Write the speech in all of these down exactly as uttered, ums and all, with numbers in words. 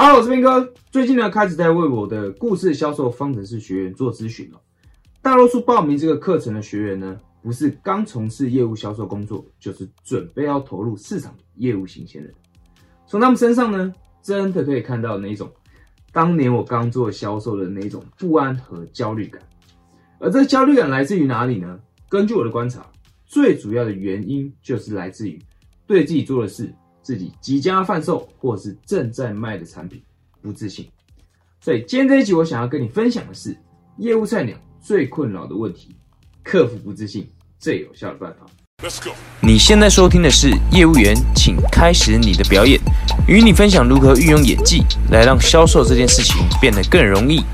Hello，我是斌哥。最近呢，开始在为我的故事销售方程式学员做咨询了。大多数报名这个课程的学员呢，不是刚从事业务销售工作，就是准备要投入市场的业务新鲜人。从他们身上呢，真的可以看到那种当年我刚做销售的那种不安和焦虑感。而这焦虑感来自于哪里呢？根据我的观察，最主要的原因就是来自于对自己做的事、自己即将要贩售或是正在卖的产品不自信。所以今天这一集我想要跟你分享的是业务菜鸟最困扰的问题，克服不自信最有效的办法。 Let's go。 你现在收听的是业务员，请开始你的表演，与你分享如何运用演技来让销售这件事情变得更容易。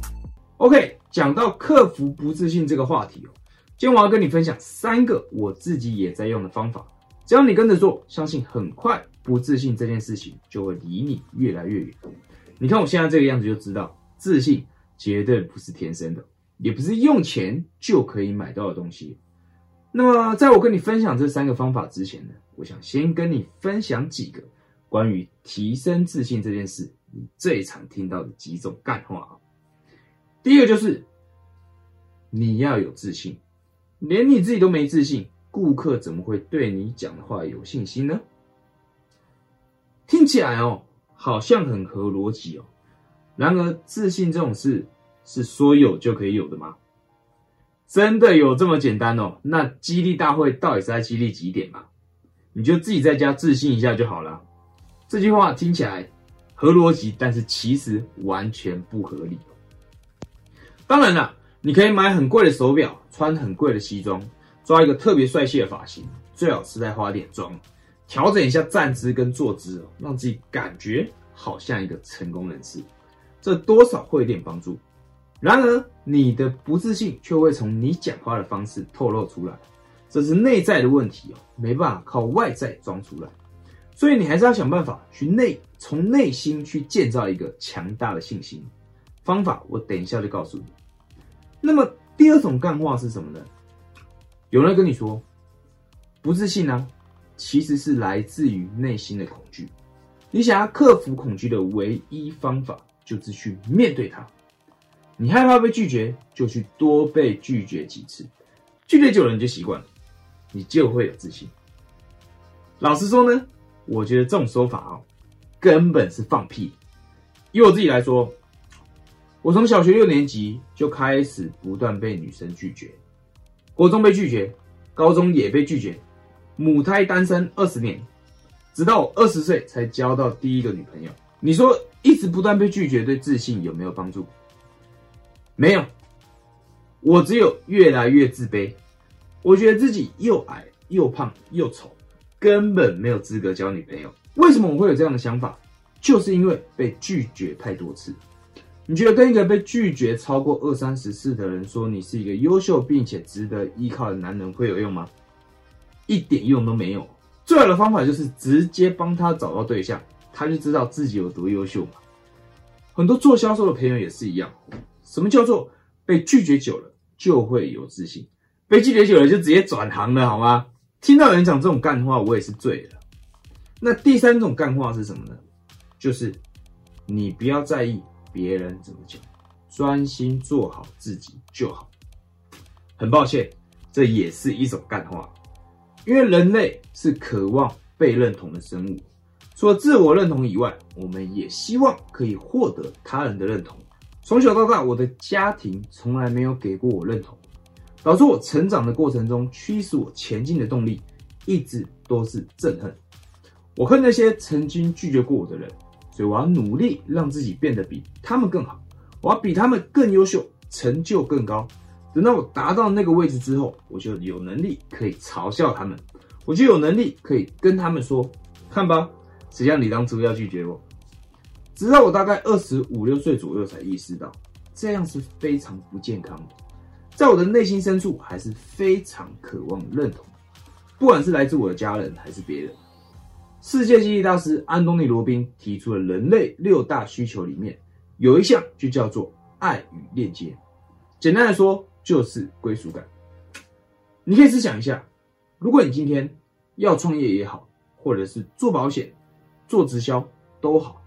OK， 讲到克服不自信这个话题哦，今天我要跟你分享三个我自己也在用的方法。只要你跟着做，相信很快不自信这件事情就会离你越来越远。你看我现在这个样子就知道，自信绝对不是天生的，也不是用钱就可以买到的东西。那么在我跟你分享这三个方法之前呢，我想先跟你分享几个关于提升自信这件事你最常听到的几种干话。第一个就是你要有自信，连你自己都没自信，顾客怎么会对你讲的话有信心呢？听起来哦，好像很合逻辑哦。然而，自信这种事是说有就可以有的吗？真的有这么简单哦？那激励大会到底是在激励几点嘛？你就自己在家自信一下就好了。这句话听起来合逻辑，但是其实完全不合理。当然啦，你可以买很贵的手表，穿很贵的西装，抓一个特别帅气的发型，最好是再化点妆，调整一下站姿跟坐姿，让自己感觉好像一个成功人士，这多少会有点帮助。然而，你的不自信却会从你讲话的方式透露出来，这是内在的问题哦，没办法靠外在装出来。所以你还是要想办法去内，从内心去建造一个强大的信心。方法我等一下就告诉你。那么第二种干话是什么呢？有人跟你说，不自信呢，其实是来自于内心的恐惧。你想要克服恐惧的唯一方法，就是去面对它。你害怕被拒绝，就去多被拒绝几次，拒绝久了你就习惯了，你就会有自信。老实说呢，我觉得这种说法哦，根本是放屁。以我自己来说，我从小学六年级就开始不断被女生拒绝，国中被拒绝，高中也被拒绝，母胎单身二十年，直到我二十岁才交到第一个女朋友。你说一直不断被拒绝对自信有没有帮助？没有，我只有越来越自卑。我觉得自己又矮又胖又丑，根本没有资格交女朋友。为什么我会有这样的想法？就是因为被拒绝太多次。你觉得跟一个被拒绝超过二三十次的人说你是一个优秀并且值得依靠的男人会有用吗？一点用都没有。最好的方法就是直接帮他找到对象，他就知道自己有多优秀嘛。很多做销售的朋友也是一样。什么叫做被拒绝久了就会有自信？被拒绝久了就直接转行了好吗？听到有人讲这种干话，我也是醉了。那第三种干话是什么呢？就是你不要在意别人怎么讲，专心做好自己就好。很抱歉，这也是一种干话，因为人类是渴望被认同的生物，除了自我认同以外，我们也希望可以获得他人的认同。从小到大，我的家庭从来没有给过我认同，导致我成长的过程中，驱使我前进的动力一直都是憎恨。我恨那些曾经拒绝过我的人，所以我要努力让自己变得比他们更好，我要比他们更优秀，成就更高。等到我达到那个位置之后，我就有能力可以嘲笑他们，我就有能力可以跟他们说，看吧，谁让你当初要拒绝我。直到我大概二十五六岁左右才意识到，这样是非常不健康的。在我的内心深处，还是非常渴望认同，不管是来自我的家人还是别人。世界激励大师安东尼·罗宾提出了人类六大需求里面，有一项就叫做爱与链接。简单来说，就是归属感。你可以思想一下，如果你今天要创业也好，或者是做保险、做直销都好，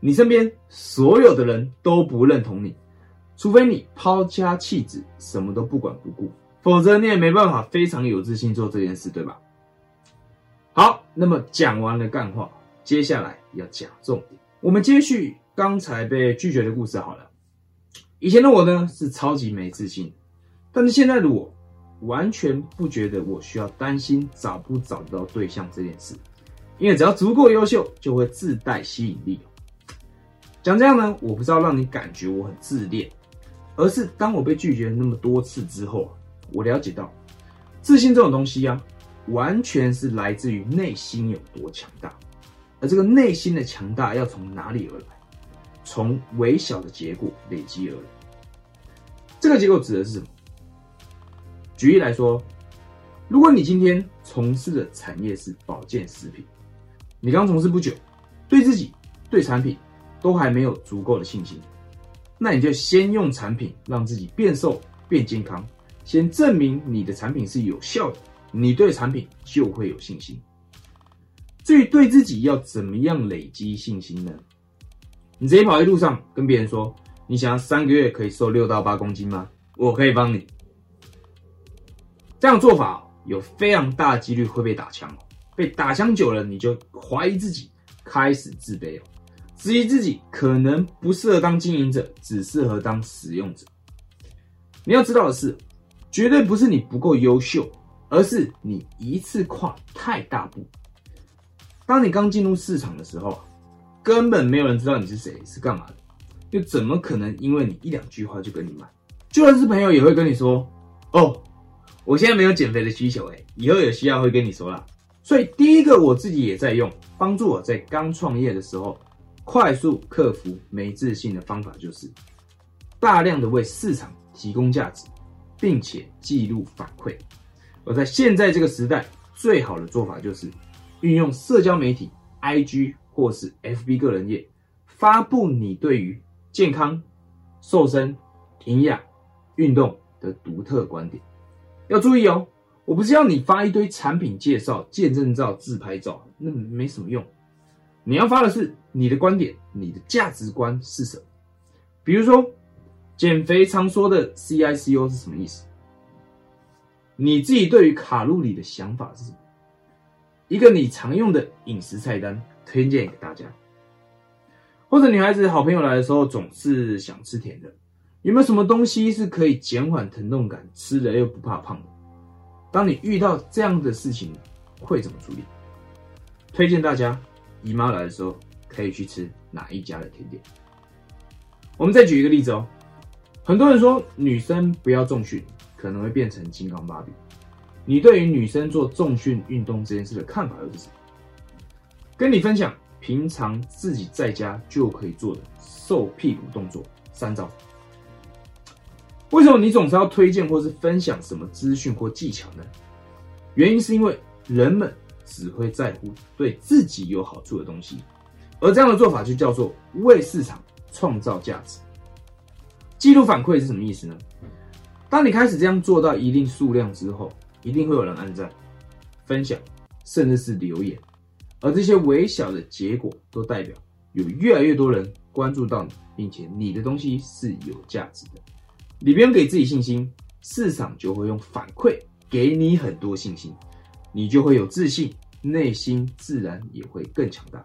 你身边所有的人都不认同你，除非你抛家弃子，什么都不管不顾，否则你也没办法非常有自信做这件事，对吧？好，那么讲完了干话，接下来要讲重点。我们接续刚才被拒绝的故事好了。以前的我呢，是超级没自信，但是现在的我完全不觉得我需要担心找不找得到对象这件事，因为只要足够优秀，就会自带吸引力。讲这样呢，我不是要让你感觉我很自恋，而是当我被拒绝那么多次之后，我了解到自信这种东西啊，完全是来自于内心有多强大，而这个内心的强大要从哪里而来？从微小的结果累积而来。这个结果指的是什么？举例来说，如果你今天从事的产业是保健食品，你刚从事不久，对自己、对产品都还没有足够的信心，那你就先用产品让自己变瘦、变健康，先证明你的产品是有效的，你对产品就会有信心。至于对自己要怎么样累积信心呢？你直接跑在路上跟别人说，你想要三个月可以瘦六到八公斤吗？我可以帮你。这样做法有非常大的几率会被打枪，被打枪久了，你就怀疑自己，开始自卑了，质疑自己可能不适合当经营者，只适合当使用者。你要知道的是，绝对不是你不够优秀，而是你一次跨太大步。当你刚进入市场的时候，根本没有人知道你是谁，是干嘛的，又怎么可能因为你一两句话就跟你买？就算是朋友也会跟你说，哦，我现在没有减肥的需求，欸，以后有需要会跟你说啦。所以第一个我自己也在用，帮助我在刚创业的时候快速克服没自信的方法，就是大量的为市场提供价值，并且记录反馈。而在现在这个时代，最好的做法就是运用社交媒体 I G 或是 F B 个人页，发布你对于健康、瘦身、营养、运动的独特观点。要注意哦，我不是要你发一堆产品介绍、健身照、自拍照，那没什么用。你要发的是你的观点，你的价值观是什么？比如说，减肥常说的 C I C O 是什么意思？你自己对于卡路里的想法是什么？一个你常用的饮食菜单推荐给大家。或者女孩子好朋友来的时候总是想吃甜的，有没有什么东西是可以减缓疼痛感，吃了又不怕胖的？当你遇到这样的事情会怎么处理？推荐大家姨妈来的时候可以去吃哪一家的甜点。我们再举一个例子哦，很多人说女生不要重训，可能会变成金刚芭比。你对于女生做重训运动这件事的看法又是什么？跟你分享平常自己在家就可以做的瘦屁股动作三招。为什么你总是要推荐或是分享什么资讯或技巧呢？原因是因为人们只会在乎对自己有好处的东西，而这样的做法就叫做为市场创造价值。记录反馈是什么意思呢？当你开始这样做到一定数量之后，一定会有人按赞、分享，甚至是留言，而这些微小的结果都代表有越来越多人关注到你，并且你的东西是有价值的。你不用给自己信心，市场就会用反馈给你很多信心，你就会有自信，内心自然也会更强大。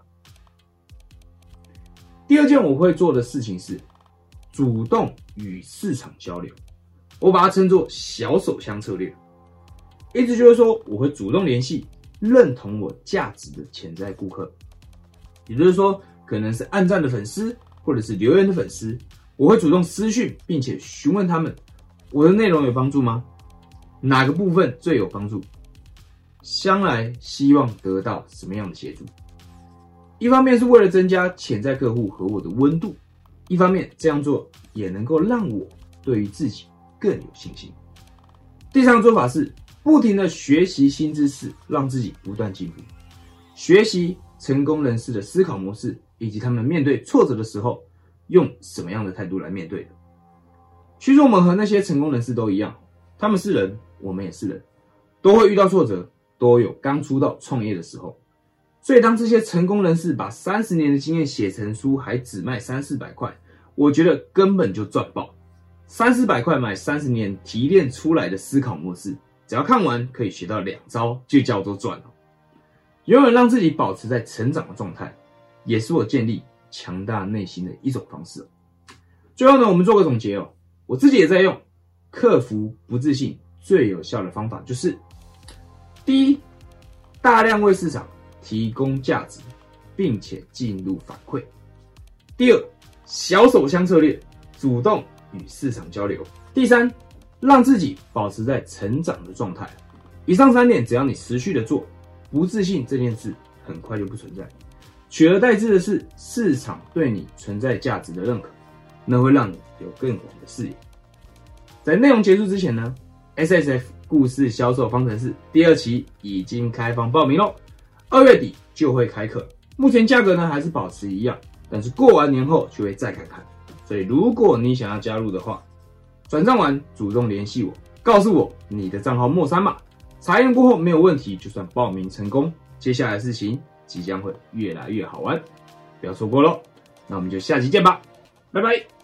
第二件我会做的事情是主动与市场交流，我把它称作小手枪策略。意思就是说，我会主动联系认同我价值的潜在顾客，也就是说，可能是按赞的粉丝，或者是留言的粉丝，我会主动私讯，并且询问他们，我的内容有帮助吗？哪个部分最有帮助？将来希望得到什么样的协助？一方面是为了增加潜在客户和我的温度，一方面这样做也能够让我对于自己更有信心。第三个做法是不停的学习新知识，让自己不断进步。学习成功人士的思考模式，以及他们面对挫折的时候用什么样的态度来面对的。其实我们和那些成功人士都一样，他们是人，我们也是人，都会遇到挫折，都有刚出道创业的时候。 所以当这些成功人士把三十年的经验写成书，还只卖三四百块，我觉得根本就赚爆。三四百块买三十年提炼出来的思考模式，只要看完可以学到两招，就叫做赚了。永远让自己保持在成长的状态，也是我建立强大内心的一种方式。最后呢，我们做个总结哦，我自己也在用克服不自信最有效的方法就是：第一，大量为市场提供价值，并且进入反馈；第二，小手枪策略，主动与市场交流；第三，让自己保持在成长的状态。以上三点，只要你持续的做，不自信这件事很快就不存在，取而代之的是市场对你存在价值的认可，那会让你有更广的视野。在内容结束之前呢 ，S S F 故事销售方程式第二期已经开放报名咯，二月底就会开课。目前价格呢还是保持一样，但是过完年后就会再看看。所以如果你想要加入的话，转账完主动联系我，告诉我你的账号末三码，查验过后没有问题，就算报名成功。接下来的事情即将会越来越好玩，不要错过咯。那我们就下期见吧，拜拜。